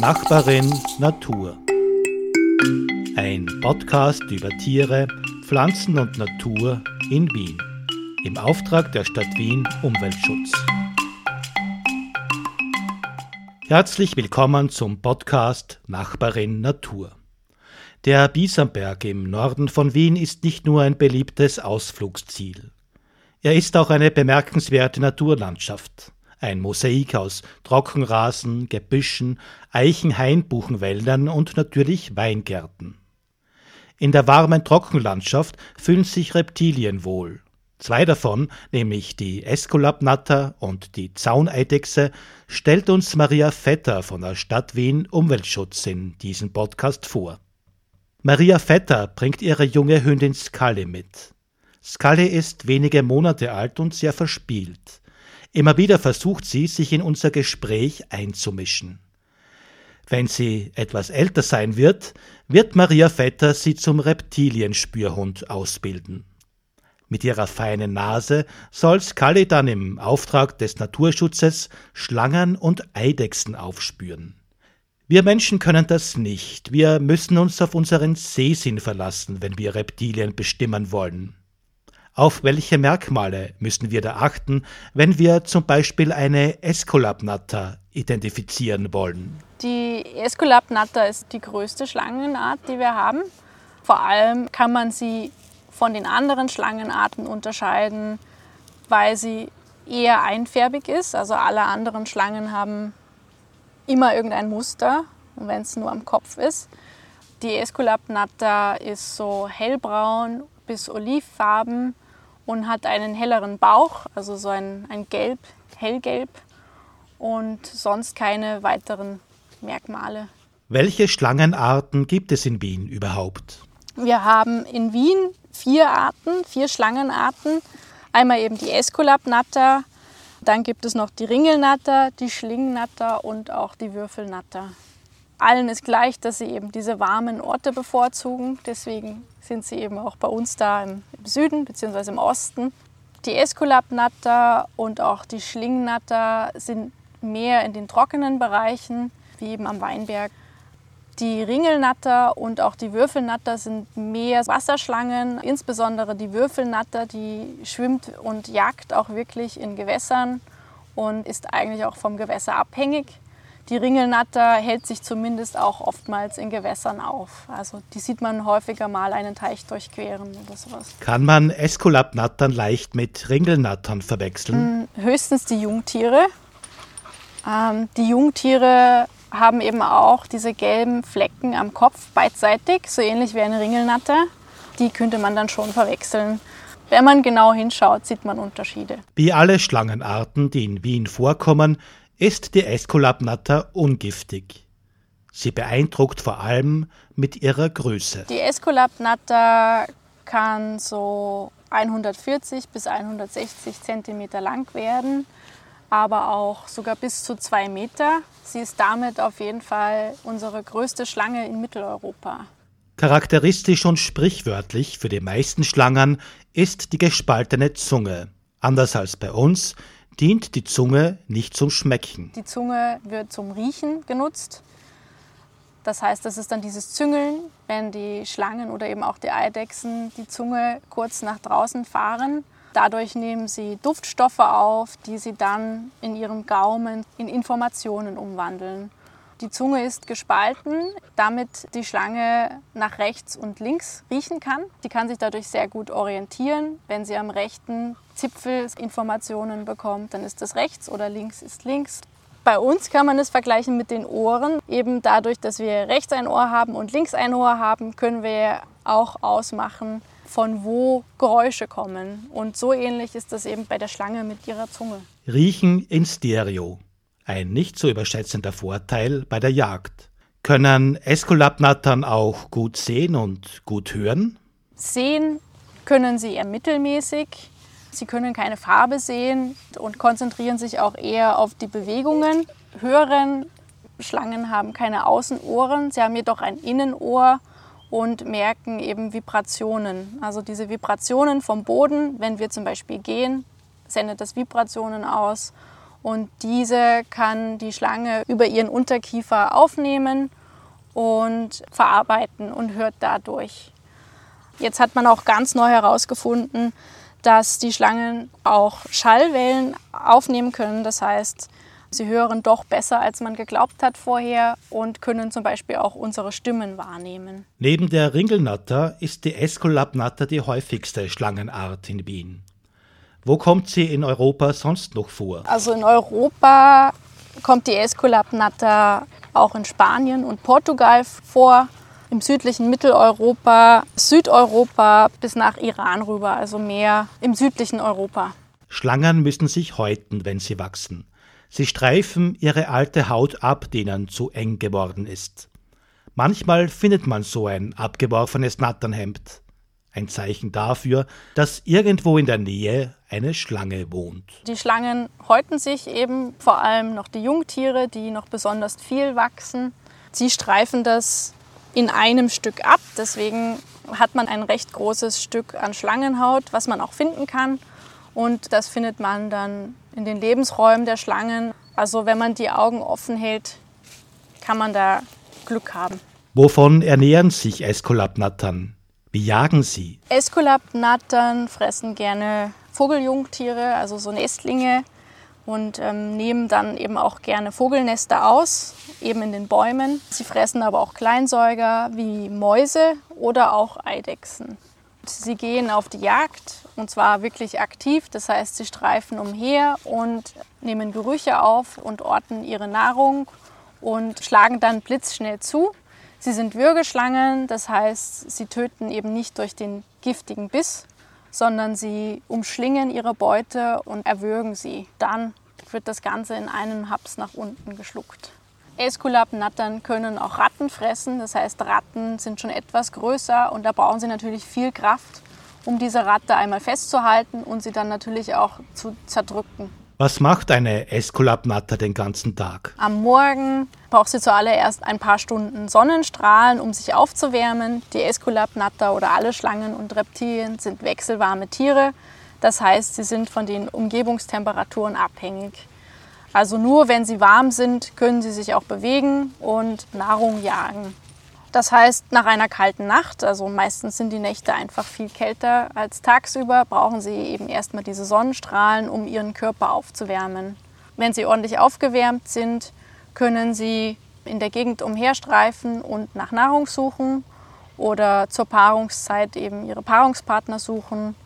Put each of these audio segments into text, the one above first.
Nachbarin Natur. Ein Podcast über Tiere, Pflanzen und Natur in Wien. Im Auftrag der Stadt Wien Umweltschutz. Herzlich willkommen zum Podcast Nachbarin Natur. Der Biesenberg im Norden von Wien ist nicht nur ein beliebtes Ausflugsziel. Er ist auch eine bemerkenswerte Naturlandschaft. Ein Mosaik aus Trockenrasen, Gebüschen, Eichen-Hainbuchenwäldern und natürlich Weingärten. In der warmen Trockenlandschaft fühlen sich Reptilien wohl. 2 davon, nämlich die Äskulapnatter und die Zauneidechse, stellt uns Maria Vetter von der Stadt Wien Umweltschutz in diesem Podcast vor. Maria Vetter bringt ihre junge Hündin Scully mit. Scully ist wenige Monate alt und sehr verspielt. Immer wieder versucht sie, sich in unser Gespräch einzumischen. Wenn sie etwas älter sein wird, wird Maria Vetter sie zum Reptilienspürhund ausbilden. Mit ihrer feinen Nase soll Scully dann im Auftrag des Naturschutzes Schlangen und Eidechsen aufspüren. Wir Menschen können das nicht. Wir müssen uns auf unseren Sehsinn verlassen, wenn wir Reptilien bestimmen wollen. Auf welche Merkmale müssen wir da achten, wenn wir zum Beispiel eine Äskulapnatter identifizieren wollen? Die Äskulapnatter ist die größte Schlangenart, die wir haben. Vor allem kann man sie von den anderen Schlangenarten unterscheiden, weil sie eher einfärbig ist. Also alle anderen Schlangen haben immer irgendein Muster, wenn es nur am Kopf ist. Die Äskulapnatter ist so hellbraun bis olivfarben und hat einen helleren Bauch, also so ein Gelb, hellgelb und sonst keine weiteren Merkmale. Welche Schlangenarten gibt es in Wien überhaupt? Wir haben in Wien 4 Schlangenarten. Einmal eben die Äskulapnatter, dann gibt es noch die Ringelnatter, die Schlingnatter und auch die Würfelnatter. Allen ist gleich, dass sie eben diese warmen Orte bevorzugen. Deswegen sind sie eben auch bei uns da im Süden bzw. im Osten. Die Äskulapnatter und auch die Schlingnatter sind mehr in den trockenen Bereichen, wie eben am Weinberg. Die Ringelnatter und auch die Würfelnatter sind mehr Wasserschlangen. Insbesondere die Würfelnatter, die schwimmt und jagt auch wirklich in Gewässern und ist eigentlich auch vom Gewässer abhängig. Die Ringelnatter hält sich zumindest auch oftmals in Gewässern auf. Also die sieht man häufiger mal einen Teich durchqueren oder sowas. Kann man Äskulapnattern leicht mit Ringelnattern verwechseln? Höchstens die Jungtiere. Die Jungtiere haben eben auch diese gelben Flecken am Kopf beidseitig, so ähnlich wie eine Ringelnatter. Die könnte man dann schon verwechseln. Wenn man genau hinschaut, sieht man Unterschiede. Wie alle Schlangenarten, die in Wien vorkommen, ist die Äskulapnatter ungiftig. Sie beeindruckt vor allem mit ihrer Größe. Die Äskulapnatter kann so 140 bis 160 cm lang werden, aber auch sogar bis zu 2 Meter. Sie ist damit auf jeden Fall unsere größte Schlange in Mitteleuropa. Charakteristisch und sprichwörtlich für die meisten Schlangen ist die gespaltene Zunge. Anders als bei uns dient die Zunge nicht zum Schmecken. Die Zunge wird zum Riechen genutzt. Das heißt, das ist dann dieses Züngeln, wenn die Schlangen oder eben auch die Eidechsen die Zunge kurz nach draußen fahren. Dadurch nehmen sie Duftstoffe auf, die sie dann in ihrem Gaumen in Informationen umwandeln. Die Zunge ist gespalten, damit die Schlange nach rechts und links riechen kann. Sie kann sich dadurch sehr gut orientieren. Wenn sie am rechten Zipfel Informationen bekommt, dann ist das rechts oder links ist links. Bei uns kann man es vergleichen mit den Ohren. Eben dadurch, dass wir rechts ein Ohr haben und links ein Ohr haben, können wir auch ausmachen, von wo Geräusche kommen. Und so ähnlich ist das eben bei der Schlange mit ihrer Zunge. Riechen in Stereo. Ein nicht zu überschätzender Vorteil bei der Jagd. Können Äskulapnattern auch gut sehen und gut hören? Sehen können sie eher mittelmäßig. Sie können keine Farbe sehen und konzentrieren sich auch eher auf die Bewegungen. Hören, Schlangen haben keine Außenohren, sie haben jedoch ein Innenohr und merken eben Vibrationen. Also diese Vibrationen vom Boden, wenn wir zum Beispiel gehen, sendet das Vibrationen aus. Und diese kann die Schlange über ihren Unterkiefer aufnehmen und verarbeiten und hört dadurch. Jetzt hat man auch ganz neu herausgefunden, dass die Schlangen auch Schallwellen aufnehmen können. Das heißt, sie hören doch besser, als man geglaubt hat vorher und können zum Beispiel auch unsere Stimmen wahrnehmen. Neben der Ringelnatter ist die Aesculapnatter die häufigste Schlangenart in Wien. Wo kommt sie in Europa sonst noch vor? Also in Europa kommt die Aesculapnatter auch in Spanien und Portugal vor, im südlichen Mitteleuropa, Südeuropa bis nach Iran rüber, also mehr im südlichen Europa. Schlangen müssen sich häuten, wenn sie wachsen. Sie streifen ihre alte Haut ab, die ihnen zu eng geworden ist. Manchmal findet man so ein abgeworfenes Natternhemd. Ein Zeichen dafür, dass irgendwo in der Nähe eine Schlange wohnt. Die Schlangen häuten sich eben, vor allem noch die Jungtiere, die noch besonders viel wachsen. Sie streifen das in einem Stück ab, deswegen hat man ein recht großes Stück an Schlangenhaut, was man auch finden kann. Und das findet man dann in den Lebensräumen der Schlangen. Also wenn man die Augen offen hält, kann man da Glück haben. Wovon ernähren sich Aesculapnattern? Wie jagen sie? Aesculapnattern fressen gerne Vogeljungtiere, also so Nestlinge, und nehmen dann eben auch gerne Vogelnester aus, eben in den Bäumen. Sie fressen aber auch Kleinsäuger wie Mäuse oder auch Eidechsen. Sie gehen auf die Jagd und zwar wirklich aktiv, das heißt, sie streifen umher und nehmen Gerüche auf und orten ihre Nahrung und schlagen dann blitzschnell zu. Sie sind Würgeschlangen, das heißt, sie töten eben nicht durch den giftigen Biss, sondern sie umschlingen ihre Beute und erwürgen sie. Dann wird das Ganze in einen Haps nach unten geschluckt. Aesculapnattern können auch Ratten fressen, das heißt, Ratten sind schon etwas größer und da brauchen sie natürlich viel Kraft, um diese Ratte einmal festzuhalten und sie dann natürlich auch zu zerdrücken. Was macht eine Aesculapnatter den ganzen Tag? Am Morgen braucht sie zuallererst ein paar Stunden Sonnenstrahlen, um sich aufzuwärmen. Die Aesculapnatter oder alle Schlangen und Reptilien sind wechselwarme Tiere. Das heißt, sie sind von den Umgebungstemperaturen abhängig. Also nur wenn sie warm sind, können sie sich auch bewegen und Nahrung jagen. Das heißt, nach einer kalten Nacht, also meistens sind die Nächte einfach viel kälter als tagsüber, brauchen sie eben erstmal diese Sonnenstrahlen, um ihren Körper aufzuwärmen. Wenn sie ordentlich aufgewärmt sind, können sie in der Gegend umherstreifen und nach Nahrung suchen oder zur Paarungszeit eben ihre Paarungspartner suchen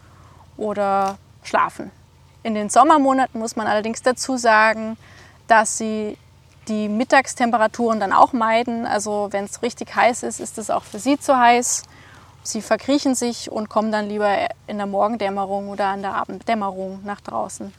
oder schlafen. In den Sommermonaten muss man allerdings dazu sagen, dass sie die Mittagstemperaturen dann auch meiden. Also wenn es richtig heiß ist, ist es auch für sie zu heiß. Sie verkriechen sich und kommen dann lieber in der Morgendämmerung oder in der Abenddämmerung nach draußen.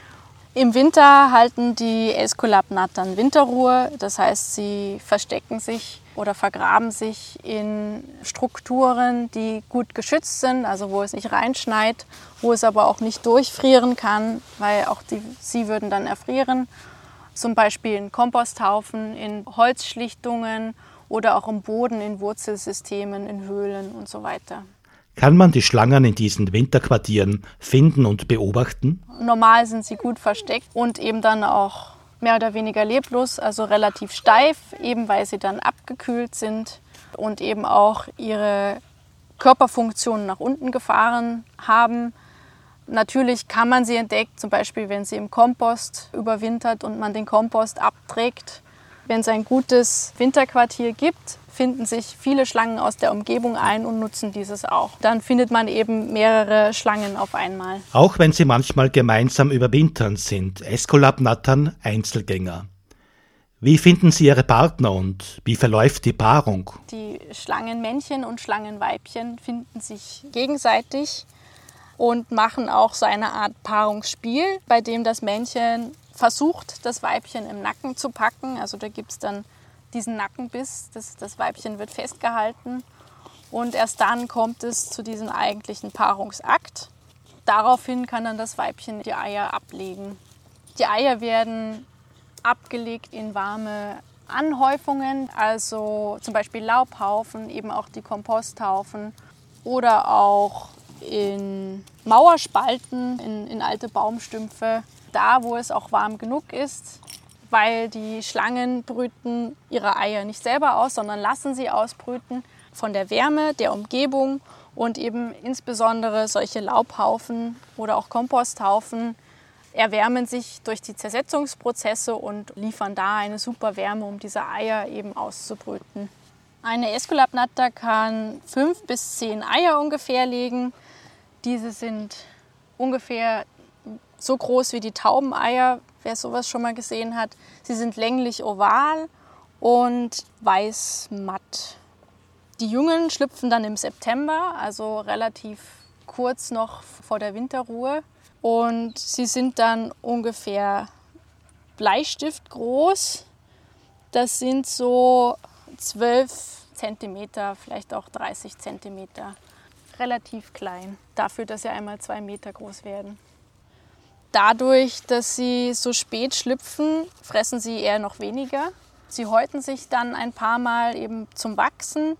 Im Winter halten die Aesculapnattern Winterruhe. Das heißt, sie verstecken sich oder vergraben sich in Strukturen, die gut geschützt sind, also wo es nicht reinschneit, wo es aber auch nicht durchfrieren kann, weil auch sie würden dann erfrieren. Zum Beispiel in Komposthaufen, in Holzschlichtungen oder auch im Boden, in Wurzelsystemen, in Höhlen und so weiter. Kann man die Schlangen in diesen Winterquartieren finden und beobachten? Normal sind sie gut versteckt und eben dann auch mehr oder weniger leblos, also relativ steif, eben weil sie dann abgekühlt sind und eben auch ihre Körperfunktionen nach unten gefahren haben. Natürlich kann man sie entdecken, zum Beispiel wenn sie im Kompost überwintert und man den Kompost abträgt. Wenn es ein gutes Winterquartier gibt, finden sich viele Schlangen aus der Umgebung ein und nutzen dieses auch. Dann findet man eben mehrere Schlangen auf einmal. Auch wenn sie manchmal gemeinsam überwintern, sind Aesculapnattern Einzelgänger. Wie finden sie ihre Partner und wie verläuft die Paarung? Die Schlangenmännchen und Schlangenweibchen finden sich gegenseitig und machen auch so eine Art Paarungsspiel, bei dem das Männchen versucht, das Weibchen im Nacken zu packen. Also da gibt es dann diesen Nackenbiss, das Weibchen wird festgehalten und erst dann kommt es zu diesem eigentlichen Paarungsakt. Daraufhin kann dann das Weibchen die Eier ablegen. Die Eier werden abgelegt in warme Anhäufungen, also zum Beispiel Laubhaufen, eben auch die Komposthaufen oder auch in Mauerspalten, in alte Baumstümpfe, da wo es auch warm genug ist, weil die Schlangen brüten ihre Eier nicht selber aus, sondern lassen sie ausbrüten von der Wärme der Umgebung und eben insbesondere solche Laubhaufen oder auch Komposthaufen erwärmen sich durch die Zersetzungsprozesse und liefern da eine super Wärme, um diese Eier eben auszubrüten. Eine Aesculapnatter kann 5 bis 10 Eier ungefähr legen. Diese sind ungefähr so groß wie die Taubeneier, wer sowas schon mal gesehen hat. Sie sind länglich oval und weiß-matt. Die Jungen schlüpfen dann im September, also relativ kurz noch vor der Winterruhe. Und sie sind dann ungefähr Bleistift groß. Das sind so 12 cm, vielleicht auch 30 cm. Relativ klein, dafür, dass sie einmal 2 Meter groß werden. Dadurch, dass sie so spät schlüpfen, fressen sie eher noch weniger. Sie häuten sich dann ein paar Mal eben zum Wachsen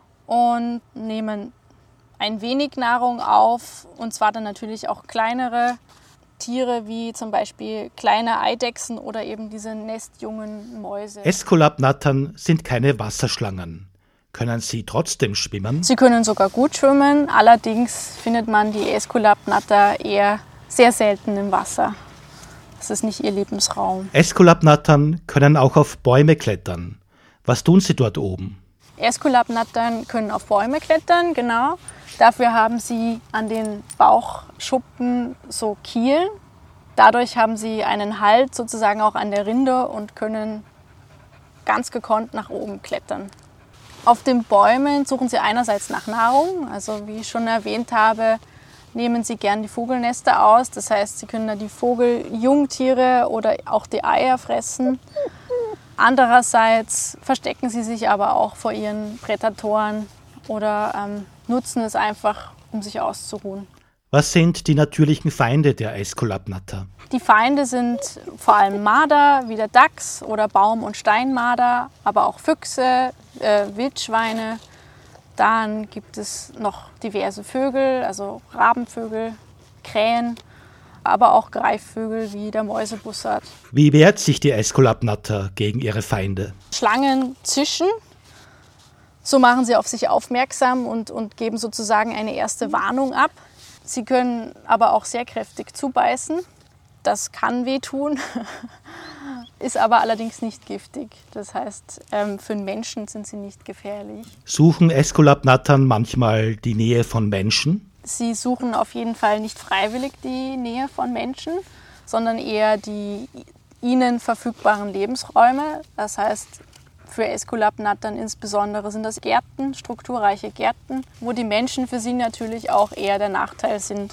und nehmen ein wenig Nahrung auf, und zwar dann natürlich auch kleinere Tiere wie zum Beispiel kleine Eidechsen oder eben diese nestjungen Mäuse. Aesculapnattern sind keine Wasserschlangen. Können sie trotzdem schwimmen? Sie können sogar gut schwimmen, allerdings findet man die Aesculapnatter eher sehr selten im Wasser. Das ist nicht ihr Lebensraum. Aesculapnattern können auch auf Bäume klettern. Was tun sie dort oben? Aesculapnattern können auf Bäume klettern, genau. Dafür haben sie an den Bauchschuppen so Kielen. Dadurch haben sie einen Halt sozusagen auch an der Rinde und können ganz gekonnt nach oben klettern. Auf den Bäumen suchen sie einerseits nach Nahrung, also wie ich schon erwähnt habe, nehmen sie gern die Vogelnester aus. Das heißt, sie können da die Vogeljungtiere oder auch die Eier fressen. Andererseits verstecken sie sich aber auch vor ihren Prädatoren oder nutzen es einfach, um sich auszuruhen. Was sind die natürlichen Feinde der Aesculapnatter? Die Feinde sind vor allem Marder, wie der Dachs oder Baum- und Steinmarder, aber auch Füchse, Wildschweine. Dann gibt es noch diverse Vögel, also Rabenvögel, Krähen, aber auch Greifvögel wie der Mäusebussard. Wie wehrt sich die Aesculapnatter gegen ihre Feinde? Schlangen zischen, so machen sie auf sich aufmerksam und geben sozusagen eine erste Warnung ab. Sie können aber auch sehr kräftig zubeißen. Das kann wehtun, ist aber allerdings nicht giftig. Das heißt, für den Menschen sind sie nicht gefährlich. Suchen Aesculapnattern manchmal die Nähe von Menschen? Sie suchen auf jeden Fall nicht freiwillig die Nähe von Menschen, sondern eher die ihnen verfügbaren Lebensräume. Das heißt, für Aesculapnattern insbesondere sind das Gärten, strukturreiche Gärten, wo die Menschen für sie natürlich auch eher der Nachteil sind.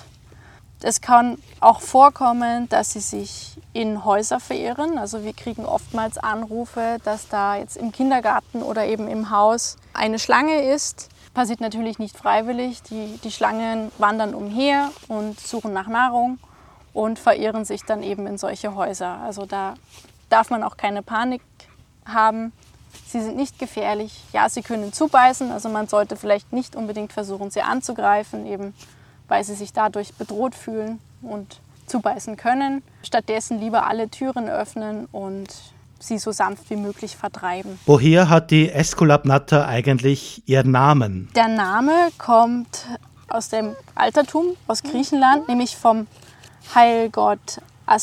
Es kann auch vorkommen, dass sie sich in Häuser verirren. Also wir kriegen oftmals Anrufe, dass da jetzt im Kindergarten oder eben im Haus eine Schlange ist. Passiert natürlich nicht freiwillig. Die Schlangen wandern umher und suchen nach Nahrung und verirren sich dann eben in solche Häuser. Also da darf man auch keine Panik haben. Sie sind nicht gefährlich. Ja, sie können zubeißen. Also man sollte vielleicht nicht unbedingt versuchen, sie anzugreifen, eben weil sie sich dadurch bedroht fühlen und zubeißen können. Stattdessen lieber alle Türen öffnen und sie so sanft wie möglich vertreiben. Woher hat die Aesculapnatter eigentlich ihren Namen? Der Name kommt aus dem Altertum, aus Griechenland, nämlich vom Heilgott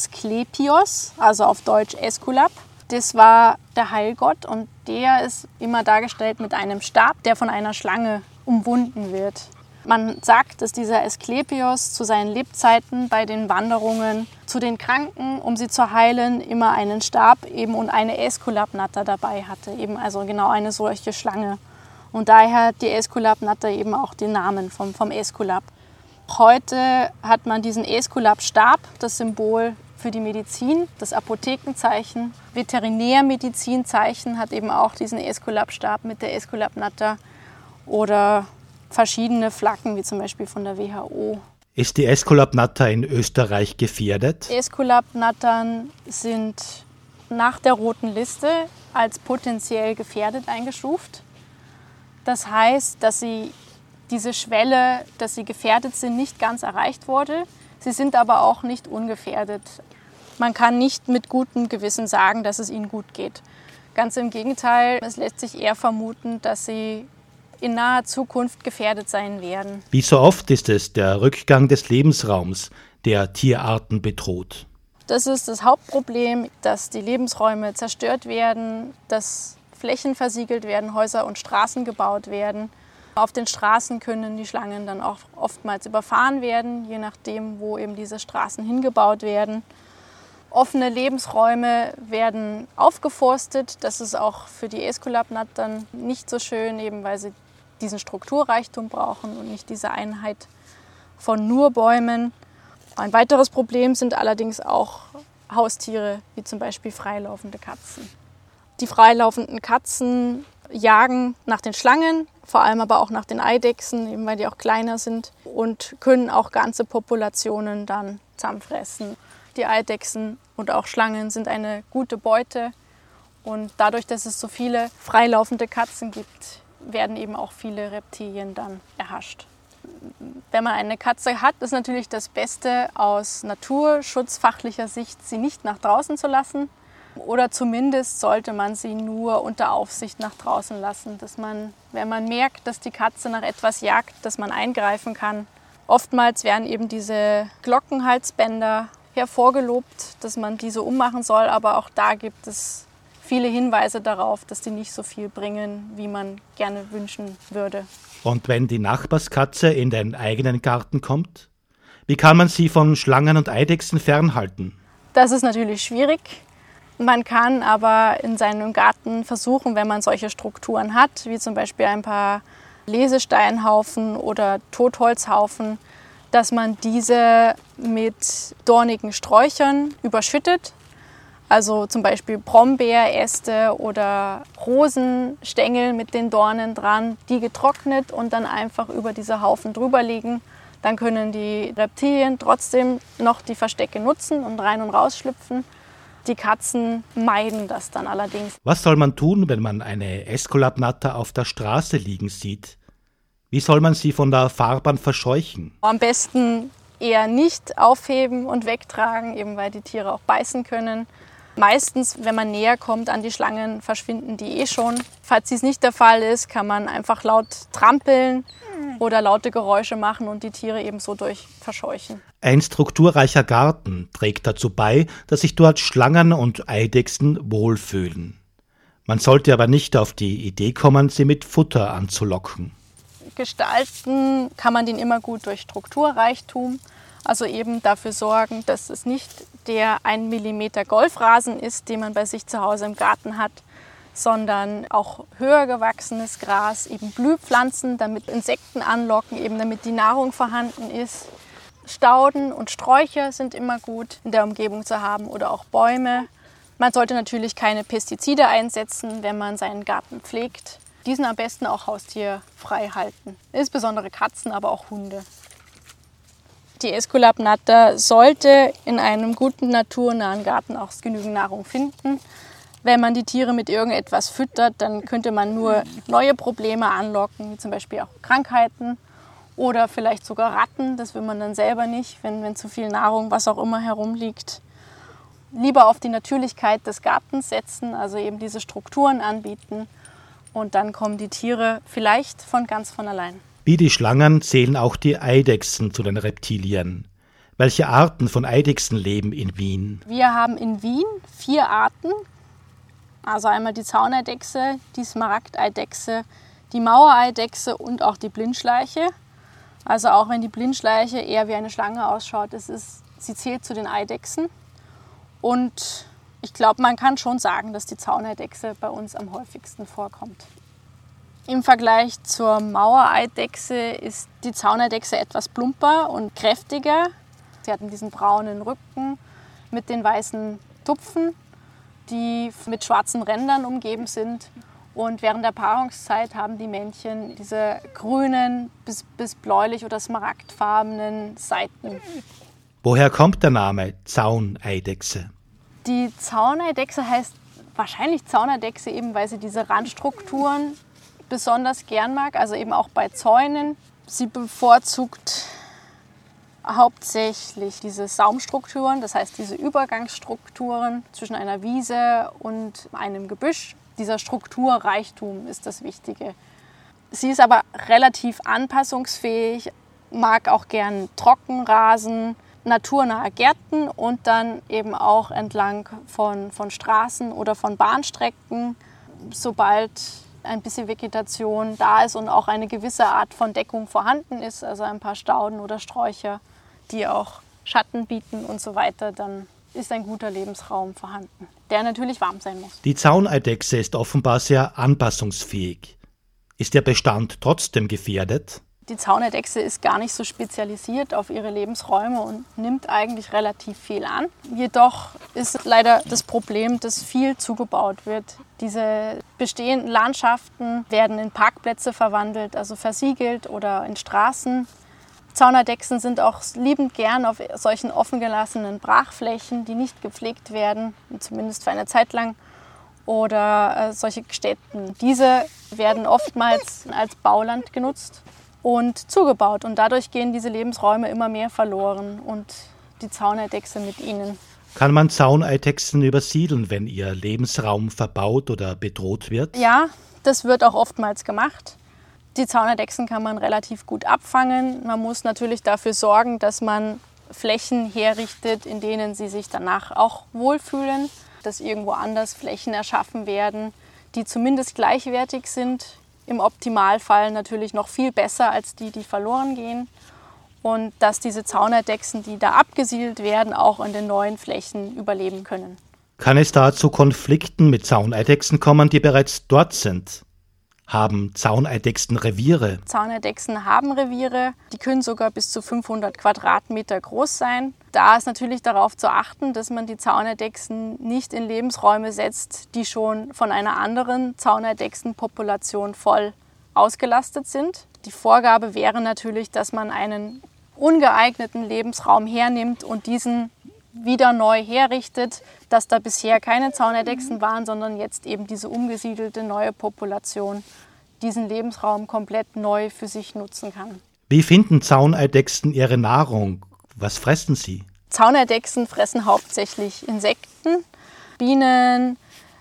Asklepios, also auf Deutsch Aesculap. Das war der Heilgott und der ist immer dargestellt mit einem Stab, der von einer Schlange umwunden wird. Man sagt, dass dieser Asklepios zu seinen Lebzeiten bei den Wanderungen zu den Kranken, um sie zu heilen, immer einen Stab eben und eine Aesculapnatter dabei hatte, eben also genau eine solche Schlange. Und daher hat die Aesculapnatter eben auch den Namen vom Aesculap. Heute hat man diesen Aesculap-Stab, das Symbol für die Medizin, das Apothekenzeichen. Veterinärmedizinzeichen hat eben auch diesen Aesculap-Stab mit der Aesculapnatter oder verschiedene Flaggen, wie zum Beispiel von der WHO. Ist die Aesculapnatter in Österreich gefährdet? Aesculapnattern sind nach der roten Liste als potenziell gefährdet eingestuft. Das heißt, dass sie diese Schwelle, dass sie gefährdet sind, nicht ganz erreicht wurde. Sie sind aber auch nicht ungefährdet. Man kann nicht mit gutem Gewissen sagen, dass es ihnen gut geht. Ganz im Gegenteil, es lässt sich eher vermuten, dass sie in naher Zukunft gefährdet sein werden. Wie so oft ist es der Rückgang des Lebensraums, der Tierarten bedroht. Das ist das Hauptproblem, dass die Lebensräume zerstört werden, dass Flächen versiegelt werden, Häuser und Straßen gebaut werden. Auf den Straßen können die Schlangen dann auch oftmals überfahren werden, je nachdem, wo eben diese Straßen hingebaut werden. Offene Lebensräume werden aufgeforstet. Das ist auch für die Äskulapnattern nicht so schön, eben weil sie diesen Strukturreichtum brauchen und nicht diese Einheit von nur Bäumen. Ein weiteres Problem sind allerdings auch Haustiere, wie zum Beispiel freilaufende Katzen. Die freilaufenden Katzen jagen nach den Schlangen, vor allem aber auch nach den Eidechsen, eben weil die auch kleiner sind und können auch ganze Populationen dann zusammenfressen. Die Eidechsen und auch Schlangen sind eine gute Beute und dadurch, dass es so viele freilaufende Katzen gibt, werden eben auch viele Reptilien dann erhascht. Wenn man eine Katze hat, ist natürlich das Beste aus naturschutzfachlicher Sicht, sie nicht nach draußen zu lassen. Oder zumindest sollte man sie nur unter Aufsicht nach draußen lassen, dass man, wenn man merkt, dass die Katze nach etwas jagt, dass man eingreifen kann. Oftmals werden eben diese Glockenhalsbänder hervorgelobt, dass man diese ummachen soll, aber auch da gibt es viele Hinweise darauf, dass die nicht so viel bringen, wie man gerne wünschen würde. Und wenn die Nachbarskatze in den eigenen Garten kommt, wie kann man sie von Schlangen und Eidechsen fernhalten? Das ist natürlich schwierig. Man kann aber in seinem Garten versuchen, wenn man solche Strukturen hat, wie zum Beispiel ein paar Lesesteinhaufen oder Totholzhaufen, dass man diese mit dornigen Sträuchern überschüttet. Also zum Beispiel Brombeeräste oder Rosenstängel mit den Dornen dran, die getrocknet und dann einfach über diese Haufen drüber legen. Dann können die Reptilien trotzdem noch die Verstecke nutzen und rein und raus schlüpfen. Die Katzen meiden das dann allerdings. Was soll man tun, wenn man eine Äskulapnatter auf der Straße liegen sieht? Wie soll man sie von der Fahrbahn verscheuchen? Am besten eher nicht aufheben und wegtragen, eben weil die Tiere auch beißen können. Meistens, wenn man näher kommt an die Schlangen, verschwinden die schon. Falls dies nicht der Fall ist, kann man einfach laut trampeln oder laute Geräusche machen und die Tiere eben so durch verscheuchen. Ein strukturreicher Garten trägt dazu bei, dass sich dort Schlangen und Eidechsen wohlfühlen. Man sollte aber nicht auf die Idee kommen, sie mit Futter anzulocken. Gestalten kann man den immer gut durch Strukturreichtum. Also eben dafür sorgen, dass es nicht der 1 mm Golfrasen ist, den man bei sich zu Hause im Garten hat, sondern auch höher gewachsenes Gras, eben Blühpflanzen, damit Insekten anlocken, eben damit die Nahrung vorhanden ist. Stauden und Sträucher sind immer gut in der Umgebung zu haben oder auch Bäume. Man sollte natürlich keine Pestizide einsetzen, wenn man seinen Garten pflegt. Diesen am besten auch haustierfrei halten, insbesondere Katzen, aber auch Hunde. Die Äskulapnatter sollte in einem guten, naturnahen Garten auch genügend Nahrung finden. Wenn man die Tiere mit irgendetwas füttert, dann könnte man nur neue Probleme anlocken, wie zum Beispiel auch Krankheiten oder vielleicht sogar Ratten. Das will man dann selber nicht, wenn zu viel Nahrung, was auch immer, herumliegt. Lieber auf die Natürlichkeit des Gartens setzen, also eben diese Strukturen anbieten. Und dann kommen die Tiere vielleicht ganz von allein. Wie die Schlangen zählen auch die Eidechsen zu den Reptilien. Welche Arten von Eidechsen leben in Wien? Wir haben in Wien 4 Arten. Also einmal die Zauneidechse, die Smaragdeidechse, die Mauereidechse und auch die Blindschleiche. Also auch wenn die Blindschleiche eher wie eine Schlange ausschaut, sie zählt zu den Eidechsen. Und ich glaube, man kann schon sagen, dass die Zauneidechse bei uns am häufigsten vorkommt. Im Vergleich zur Mauereidechse ist die Zauneidechse etwas plumper und kräftiger. Sie hat diesen braunen Rücken mit den weißen Tupfen, die mit schwarzen Rändern umgeben sind. Und während der Paarungszeit haben die Männchen diese grünen bis bläulich oder smaragdfarbenen Seiten. Woher kommt der Name Zauneidechse? Die Zauneidechse heißt wahrscheinlich Zauneidechse eben, weil sie diese Randstrukturen besonders gern mag. Also eben auch bei Zäunen Sie bevorzugt hauptsächlich diese Saumstrukturen, das heißt diese Übergangsstrukturen zwischen einer Wiese und einem Gebüsch. Dieser Strukturreichtum ist das Wichtige. Sie ist aber relativ anpassungsfähig, mag auch gern Trockenrasen, naturnahe Gärten und dann eben auch entlang von Straßen oder von Bahnstrecken, sobald ein bisschen Vegetation da ist und auch eine gewisse Art von Deckung vorhanden ist, also ein paar Stauden oder Sträucher, die auch Schatten bieten und so weiter, dann ist ein guter Lebensraum vorhanden, der natürlich warm sein muss. Die Zauneidechse ist offenbar sehr anpassungsfähig. Ist der Bestand trotzdem gefährdet? Die Zauneidechse ist gar nicht so spezialisiert auf ihre Lebensräume und nimmt eigentlich relativ viel an. Jedoch ist leider das Problem, dass viel zugebaut wird. Diese bestehenden Landschaften werden in Parkplätze verwandelt, also versiegelt oder in Straßen. Zauneidechsen sind auch liebend gern auf solchen offengelassenen Brachflächen, die nicht gepflegt werden, zumindest für eine Zeit lang, oder solche Städten. Diese werden oftmals als Bauland genutzt und zugebaut. Und dadurch gehen diese Lebensräume immer mehr verloren und die Zauneidechse mit ihnen. Kann man Zauneidechsen übersiedeln, wenn ihr Lebensraum verbaut oder bedroht wird? Ja, das wird auch oftmals gemacht. Die Zauneidechsen kann man relativ gut abfangen. Man muss natürlich dafür sorgen, dass man Flächen herrichtet, in denen sie sich danach auch wohlfühlen, dass irgendwo anders Flächen erschaffen werden, die zumindest gleichwertig sind. Im Optimalfall natürlich noch viel besser als die verloren gehen. Und dass diese Zauneidechsen, die da abgesiedelt werden, auch in den neuen Flächen überleben können. Kann es da zu Konflikten mit Zauneidechsen kommen, die bereits dort sind? Haben Zauneidechsen Reviere? Zauneidechsen haben Reviere, die können sogar bis zu 500 Quadratmeter groß sein. Da ist natürlich darauf zu achten, dass man die Zauneidechsen nicht in Lebensräume setzt, die schon von einer anderen Zauneidechsenpopulation voll ausgelastet sind. Die Vorgabe wäre natürlich, dass man einen ungeeigneten Lebensraum hernimmt und diesen wieder neu herrichtet, dass da bisher keine Zauneidechsen waren, sondern jetzt eben diese umgesiedelte neue Population diesen Lebensraum komplett neu für sich nutzen kann. Wie finden Zauneidechsen ihre Nahrung? Was fressen sie? Zauneidechsen fressen hauptsächlich Insekten, Bienen,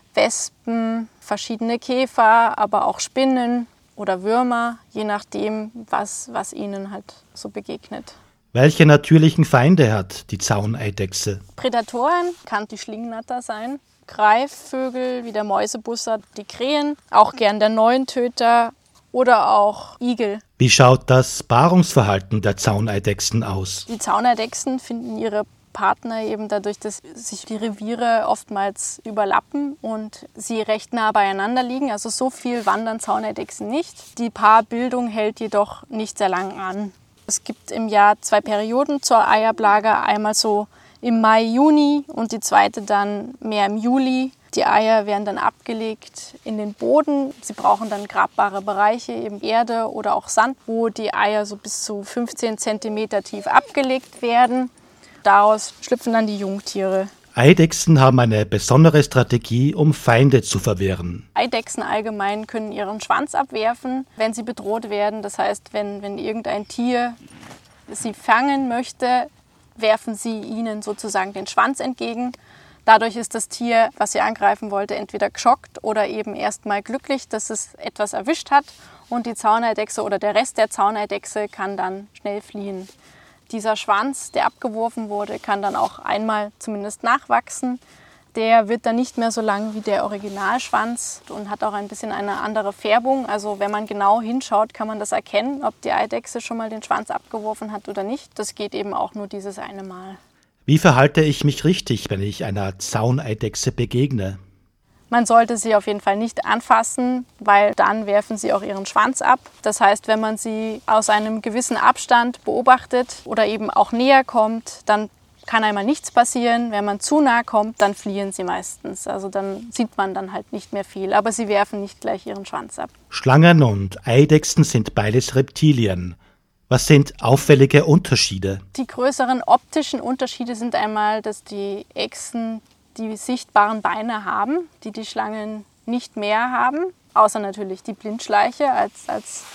Wespen, verschiedene Käfer, aber auch Spinnen oder Würmer, je nachdem, was ihnen halt so begegnet. Welche natürlichen Feinde hat die Zauneidechse? Prädatoren kann die Schlingnatter sein, Greifvögel wie der Mäusebussard, die Krähen, auch gern der Neuentöter oder auch Igel. Wie schaut das Paarungsverhalten der Zauneidechsen aus? Die Zauneidechsen finden ihre Partner eben dadurch, dass sich die Reviere oftmals überlappen und sie recht nah beieinander liegen. Also so viel wandern Zauneidechsen nicht. Die Paarbildung hält jedoch nicht sehr lang an. Es gibt im Jahr 2 Perioden zur Eiablage, einmal so im Mai, Juni und die zweite dann mehr im Juli. Die Eier werden dann abgelegt in den Boden. Sie brauchen dann grabbare Bereiche, eben Erde oder auch Sand, wo die Eier so bis zu 15 cm tief abgelegt werden. Daraus schlüpfen dann die Jungtiere. Eidechsen haben eine besondere Strategie, um Feinde zu verwehren. Eidechsen allgemein können ihren Schwanz abwerfen, wenn sie bedroht werden. Das heißt, wenn irgendein Tier sie fangen möchte, werfen sie ihnen sozusagen den Schwanz entgegen. Dadurch ist das Tier, was sie angreifen wollte, entweder geschockt oder eben erstmal glücklich, dass es etwas erwischt hat. Und die Zauneidechse oder der Rest der Zauneidechse kann dann schnell fliehen. Dieser Schwanz, der abgeworfen wurde, kann dann auch einmal zumindest nachwachsen. Der wird dann nicht mehr so lang wie der Originalschwanz und hat auch ein bisschen eine andere Färbung. Also wenn man genau hinschaut, kann man das erkennen, ob die Eidechse schon mal den Schwanz abgeworfen hat oder nicht. Das geht eben auch nur dieses eine Mal. Wie verhalte ich mich richtig, wenn ich einer Zauneidechse begegne? Man sollte sie auf jeden Fall nicht anfassen, weil dann werfen sie auch ihren Schwanz ab. Das heißt, wenn man sie aus einem gewissen Abstand beobachtet oder eben auch näher kommt, dann kann einmal nichts passieren. Wenn man zu nah kommt, dann fliehen sie meistens. Also dann sieht man dann halt nicht mehr viel, aber sie werfen nicht gleich ihren Schwanz ab. Schlangen und Eidechsen sind beides Reptilien. Was sind auffällige Unterschiede? Die größeren optischen Unterschiede sind einmal, dass die Echsen die sichtbaren Beine haben, die Schlangen nicht mehr haben, außer natürlich die Blindschleiche als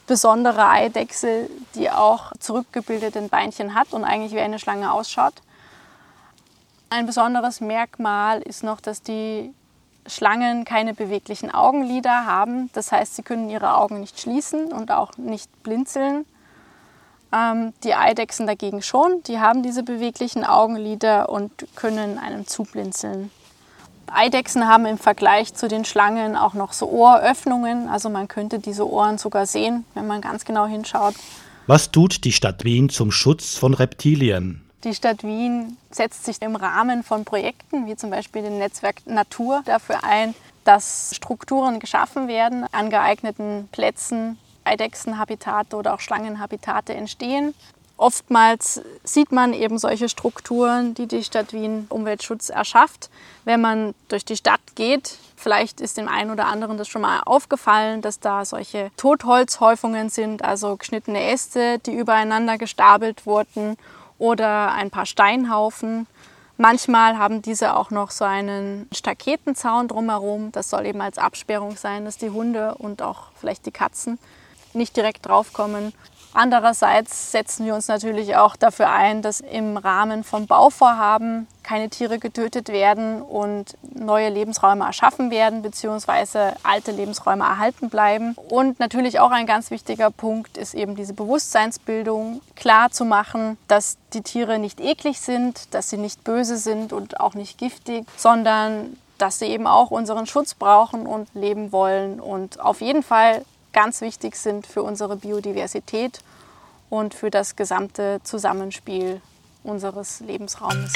besondere Eidechse, die auch zurückgebildete Beinchen hat und eigentlich wie eine Schlange ausschaut. Ein besonderes Merkmal ist noch, dass die Schlangen keine beweglichen Augenlider haben. Das heißt, sie können ihre Augen nicht schließen und auch nicht blinzeln. Die Eidechsen dagegen schon. Die haben diese beweglichen Augenlider und können einem zublinzeln. Eidechsen haben im Vergleich zu den Schlangen auch noch so Ohröffnungen. Also man könnte diese Ohren sogar sehen, wenn man ganz genau hinschaut. Was tut die Stadt Wien zum Schutz von Reptilien? Die Stadt Wien setzt sich im Rahmen von Projekten, wie zum Beispiel dem Netzwerk Natur, dafür ein, dass Strukturen geschaffen werden, an geeigneten Plätzen Eidechsenhabitate oder auch Schlangenhabitate entstehen. Oftmals sieht man eben solche Strukturen, die die Stadt Wien Umweltschutz erschafft. Wenn man durch die Stadt geht, vielleicht ist dem einen oder anderen das schon mal aufgefallen, dass da solche Totholzhäufungen sind, also geschnittene Äste, die übereinander gestapelt wurden, oder ein paar Steinhaufen. Manchmal haben diese auch noch so einen Staketenzaun drumherum. Das soll eben als Absperrung sein, dass die Hunde und auch vielleicht die Katzen nicht direkt draufkommen. Andererseits setzen wir uns natürlich auch dafür ein, dass im Rahmen von Bauvorhaben keine Tiere getötet werden und neue Lebensräume erschaffen werden bzw. alte Lebensräume erhalten bleiben. Und natürlich auch ein ganz wichtiger Punkt ist eben diese Bewusstseinsbildung, klar zu machen, dass die Tiere nicht eklig sind, dass sie nicht böse sind und auch nicht giftig, sondern dass sie eben auch unseren Schutz brauchen und leben wollen und auf jeden Fall ganz wichtig sind für unsere Biodiversität und für das gesamte Zusammenspiel unseres Lebensraumes.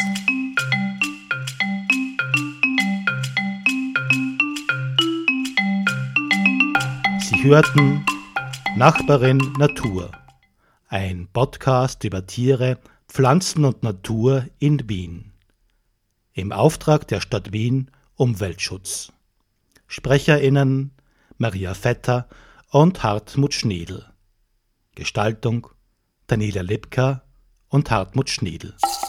Sie hörten Nachbarin Natur, ein Podcast über Tiere, Pflanzen und Natur in Wien. Im Auftrag der Stadt Wien Umweltschutz. SprecherInnen Maria Vetter und Hartmut Schnedl. Gestaltung Daniela Lipka und Hartmut Schnedl.